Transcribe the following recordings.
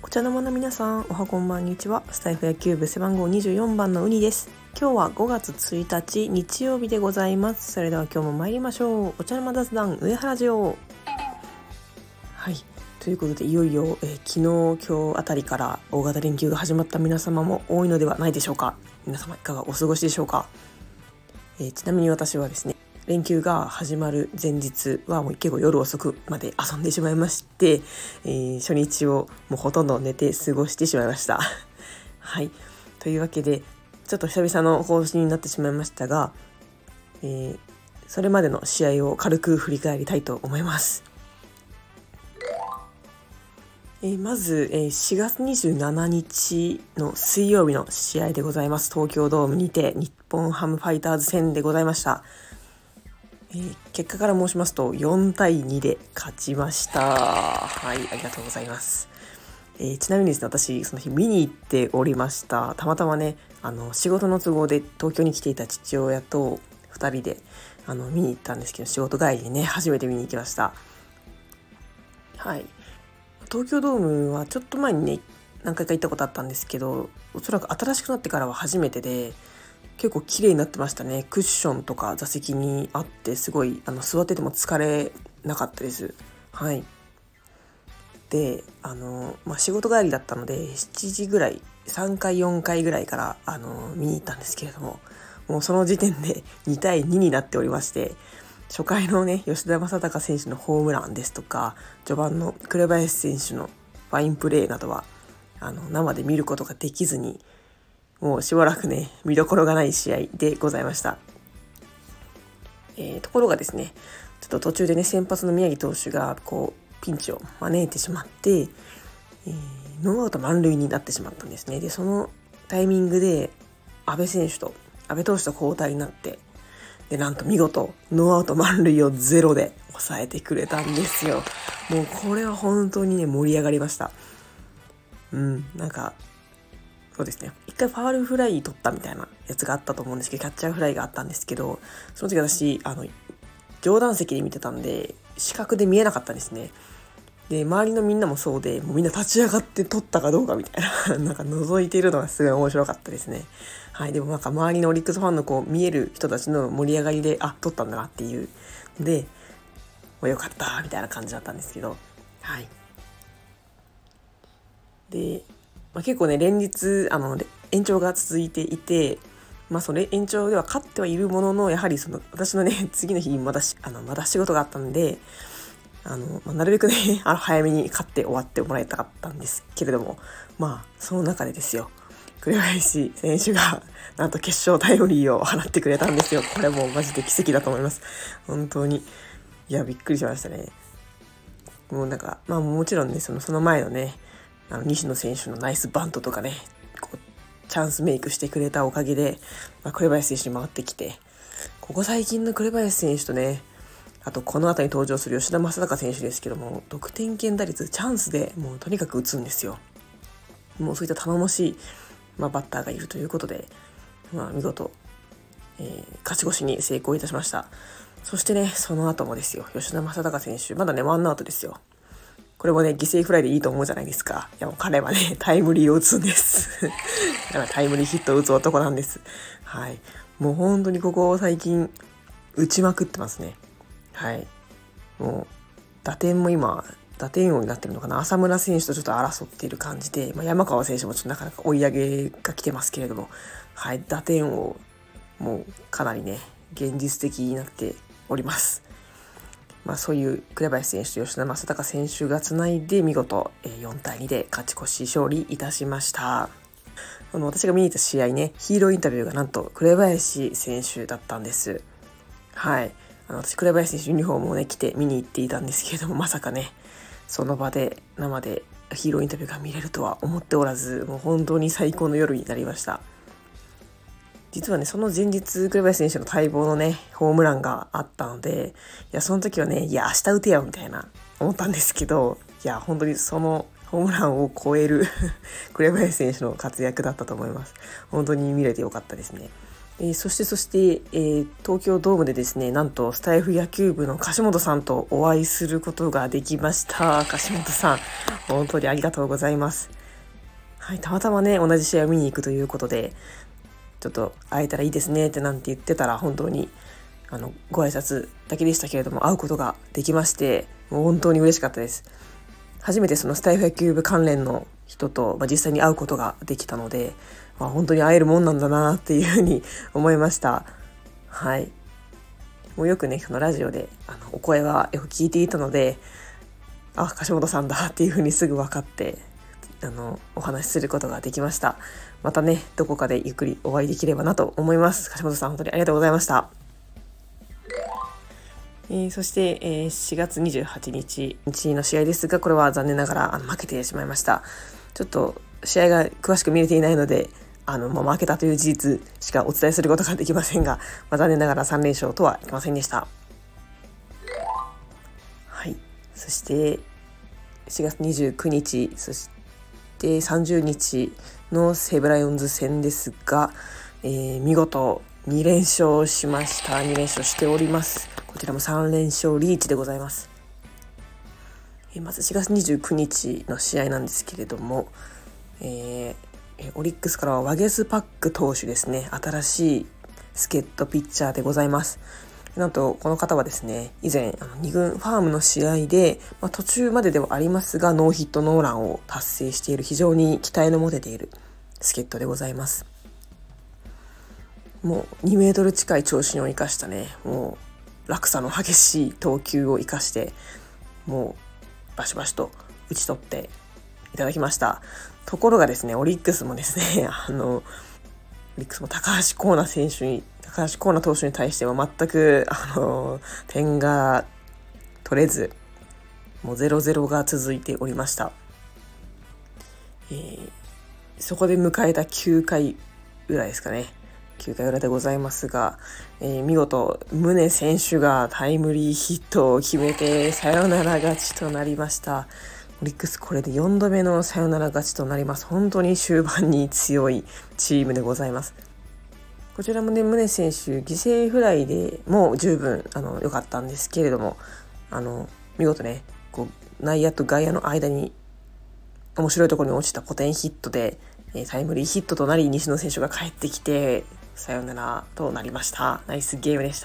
お茶の間の皆さん、おはこんばんにちは。スタイフ野球部背番号24番のウニです。今日は5月1日日曜日でございます。それでは今日も参りましょう。お茶の間雑談上原城。はい、ということでいよいよ、昨日今日あたりから大型連休が始まった皆様も多いのではないでしょうか。皆様いかがお過ごしでしょうか。ちなみに私はですね、連休が始まる前日はもう結構夜遅くまで遊んでしまいまして、初日をもうほとんど寝て過ごしてしまいましたはい、というわけでちょっと久々の更新になってしまいましたが、それまでの試合を軽く振り返りたいと思います。まず、4月27日の水曜日の試合でございます。東京ドームにて日本ハムファイターズ戦でございました。結果から申しますと4対2で勝ちました。はい、ありがとうございます。ちなみにですね、私その日見に行っておりました。たまたまね、仕事の都合で東京に来ていた父親と2人で見に行ったんですけど、仕事帰りにね初めて見に行きました。はい、東京ドームはちょっと前にね何回か行ったことあったんですけど、おそらく新しくなってからは初めてで、結構綺麗になってましたね。クッションとか座席にあってすごい座ってても疲れなかったです。はい。で仕事帰りだったので7時ぐらい3回4回ぐらいから見に行ったんですけれども、もうその時点で2対2になっておりまして、初回のね吉田正尚選手のホームランですとか序盤の紅林選手のファインプレーなどは生で見ることができずに、もうしばらくね見どころがない試合でございました。ところがですね、ちょっと途中でね先発の宮城投手がピンチを招いてしまって、ノーアウト満塁になってしまったんですね。でそのタイミングで阿部投手と交代になって、でなんと見事ノーアウト満塁をゼロで抑えてくれたんですよ。もうこれは本当にね盛り上がりました。なんかそうですね、一回ファールフライ取ったみたいなやつがあったと思うんですけど、キャッチャーフライがあったんですけど、その時私上段席で見てたんで視覚で見えなかったんですね。で周りのみんなもそうで、もうみんな立ち上がって取ったかどうかみたいななんか覗いているのがすごい面白かったですね。はい、でもなんか周りのオリックスファンの見える人たちの盛り上がりで、取ったんだなっていうで、よかったみたいな感じだったんですけど、はい。で結構ね連日延長が続いていて、それ延長では勝ってはいるものの、やはり私のね次の日まだ仕事があったんで、なるべくね早めに勝って終わってもらいたかったんですけれども、その中でですよ、紅林選手がなんと決勝タイムリーを放ってくれたんですよ。これもうマジで奇跡だと思います。本当にびっくりしましたね。もうなんかもちろんねその前のね西野選手のナイスバントとかねチャンスメイクしてくれたおかげで、紅林選手に回ってきて、ここ最近の紅林選手とね、あとこの後に登場する吉田正尚選手ですけども、得点圏打率チャンスでもうとにかく打つんですよ。もうそういった頼もしい、バッターがいるということで、見事、勝ち越しに成功いたしました。そしてねその後もですよ、吉田正尚選手まだねワンアウトですよ。これもね犠牲フライでいいと思うじゃないですか。いやもう彼はねタイムリーを打つんですだからタイムリーヒットを打つ男なんです。はい、もう本当にここ最近打ちまくってますね。はい、もう打点も今打点王になってるのかな。浅村選手とちょっと争っている感じで、山川選手もちょっとなかなか追い上げが来てますけれども、はい、打点王もうかなりね現実的になっております。そういう紅林選手と吉田正尚選手がつないで見事4対2で勝ち越し勝利いたしました。私が見に行った試合ね、ヒーローインタビューがなんと紅林選手だったんです。はい、私紅林選手ユニフォームをね着て見に行っていたんですけれども、まさかねその場で生でヒーローインタビューが見れるとは思っておらず、もう本当に最高の夜になりました。実はねその前日紅林選手の待望のねホームランがあったので、その時はね明日打てよみたいな思ったんですけど、本当にそのホームランを超える紅林選手の活躍だったと思います。本当に見れてよかったですね。そして、東京ドームでですね、なんとスタイフ野球部の樫本さんとお会いすることができました。樫本さん本当にありがとうございます。 はい、たまたまね同じ試合を見に行くということで、ちょっと会えたらいいですねってなんて言ってたら、本当にご挨拶だけでしたけれども会うことができまして、もう本当に嬉しかったです。初めてそのスタイフ野球部関連の人と、実際に会うことができたので、本当に会えるもんなんだなっていうふうに思いました。はい、もうよくねこのラジオでお声はよく聞いていたので、樫本さんだっていうふうにすぐ分かってお話しすることができました。またねどこかでゆっくりお会いできればなと思います。樫本さん本当にありがとうございました。そして、4月28日の試合ですが、これは残念ながら負けてしまいました。ちょっと試合が詳しく見れていないので負けたという事実しかお伝えすることができませんが、残念ながら3連勝とはいきませんでした。はい、そして4月29日そして30日の西武ライオンズ戦ですが、見事2連勝しました。2連勝しております。こちらも3連勝リーチでございます。まず4月29日の試合なんですけれども、オリックスからはワゲスパック投手ですね。新しい助っ人ピッチャーでございます。なんとこの方はですね、以前2軍ファームの試合で、途中までではありますがノーヒットノーランを達成している非常に期待の持てている助っ人でございます。もう2メートル近い長身を生かしたね、もう落差の激しい投球を生かして、もうバシバシと打ち取っていただきました。ところがですね、オリックスもですねオリックスも高橋光成投手に対しては全く点が取れず、もう 0-0 が続いておりました。そこで迎えた9回裏ですかね。9回裏でございますが、見事宗選手がタイムリーヒットを決めてサヨナラ勝ちとなりました。オリックスこれで4度目のサヨナラ勝ちとなります。本当に終盤に強いチームでございます。こちらもね、宗選手犠牲フライでも十分良かったんですけれども、見事ねこう内野と外野の間に面白いところに落ちたポテンヒットで、タイムリーヒットとなり西野選手が帰ってきてサヨナラとなりました。ナイスゲームでした。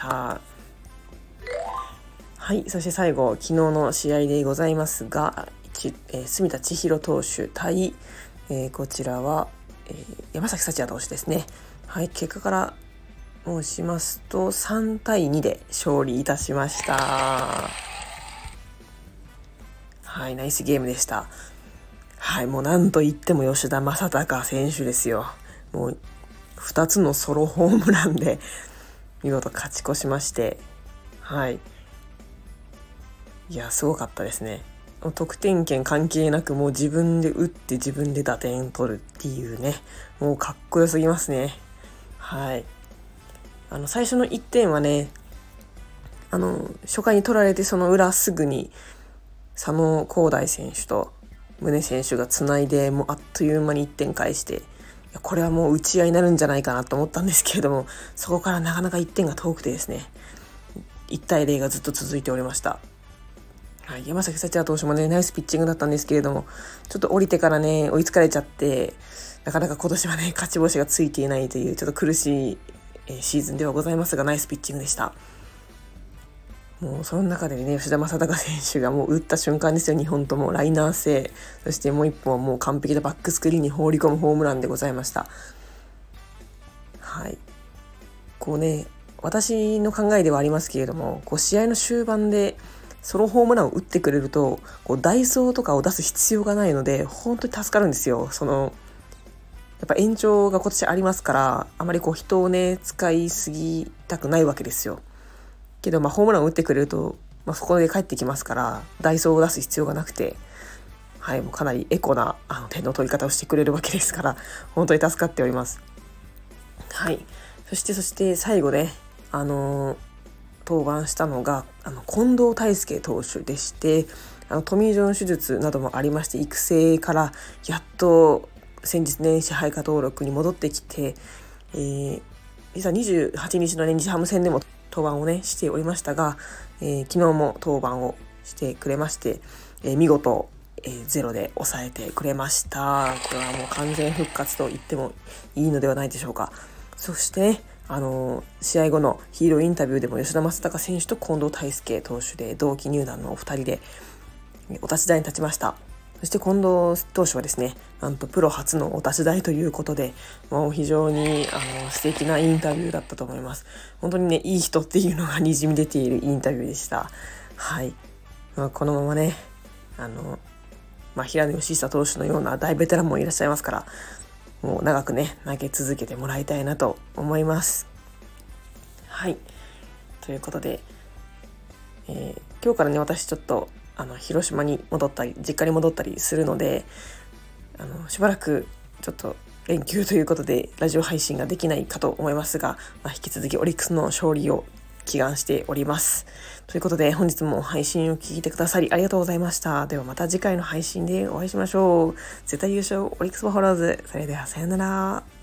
はい、そして最後昨日の試合でございますが、住田千尋投手対、こちらは、山崎幸也投手ですね。はい、結果から申しますと3対2で勝利いたしました。はい、ナイスゲームでした。はい、もうなんといっても吉田正尚選手ですよ。もう2つのソロホームランで見事勝ち越しまして、はい、いやすごかったですね。得点圏関係なくもう自分で打って自分で打点取るっていうね、もうかっこよすぎますね。はい、最初の1点はね初回に取られて、その裏すぐに佐野皓大選手と宗選手がつないで、もうあっという間に1点返して、これはもう打ち合いになるんじゃないかなと思ったんですけれども、そこからなかなか1点が遠くてですね、1対0がずっと続いておりました。はい、山崎幸也投手もねナイスピッチングだったんですけれども、ちょっと降りてからね追いつかれちゃって、なかなか今年はね勝ち星がついていないというちょっと苦しいシーズンではございますが、ナイスピッチングでした。もうその中でね吉田正尚選手がもう打った瞬間ですよ、2本ともライナー性、そしてもう1本はもう完璧なバックスクリーンに放り込むホームランでございました。はい、こうね私の考えではありますけれども、こう試合の終盤でソロホームランを打ってくれるとこう代走とかを出す必要がないので本当に助かるんですよ。やっぱ延長が今年ありますから、あまりこう人をね使いすぎたくないわけですよ。けどホームランを打ってくれると、そこで帰ってきますから代走を出す必要がなくて、はい、もうかなりエコな点の取り方をしてくれるわけですから、本当に助かっております。はい、そして最後ね登板したのが近藤泰介投手でして、トミー・ジョン手術などもありまして育成からやっと先日ね支配下登録に戻ってきて、実は28日の日ハム戦でも登板をねしておりましたが、昨日も登板をしてくれまして、見事ゼロで抑えてくれました。これはもう完全復活と言ってもいいのではないでしょうか。そして、試合後のヒーローインタビューでも吉田正尚選手と近藤泰輔投手で同期入団のお二人でお立ち台に立ちました。そして近藤投手はですね、なんとプロ初のお立ち台ということで、もう非常に素敵なインタビューだったと思います。本当にね、いい人っていうのがにじみ出ているインタビューでした。はい。このままね、平野義久投手のような大ベテランもいらっしゃいますから、もう長くね、投げ続けてもらいたいなと思います。はい。ということで、今日からね、私ちょっと広島に戻ったり実家に戻ったりするので、しばらくちょっと連休ということでラジオ配信ができないかと思いますが、引き続きオリックスの勝利を祈願しております。ということで本日も配信を聞いてくださりありがとうございました。ではまた次回の配信でお会いしましょう。絶対優勝オリックスバファローズ。それではさよなら。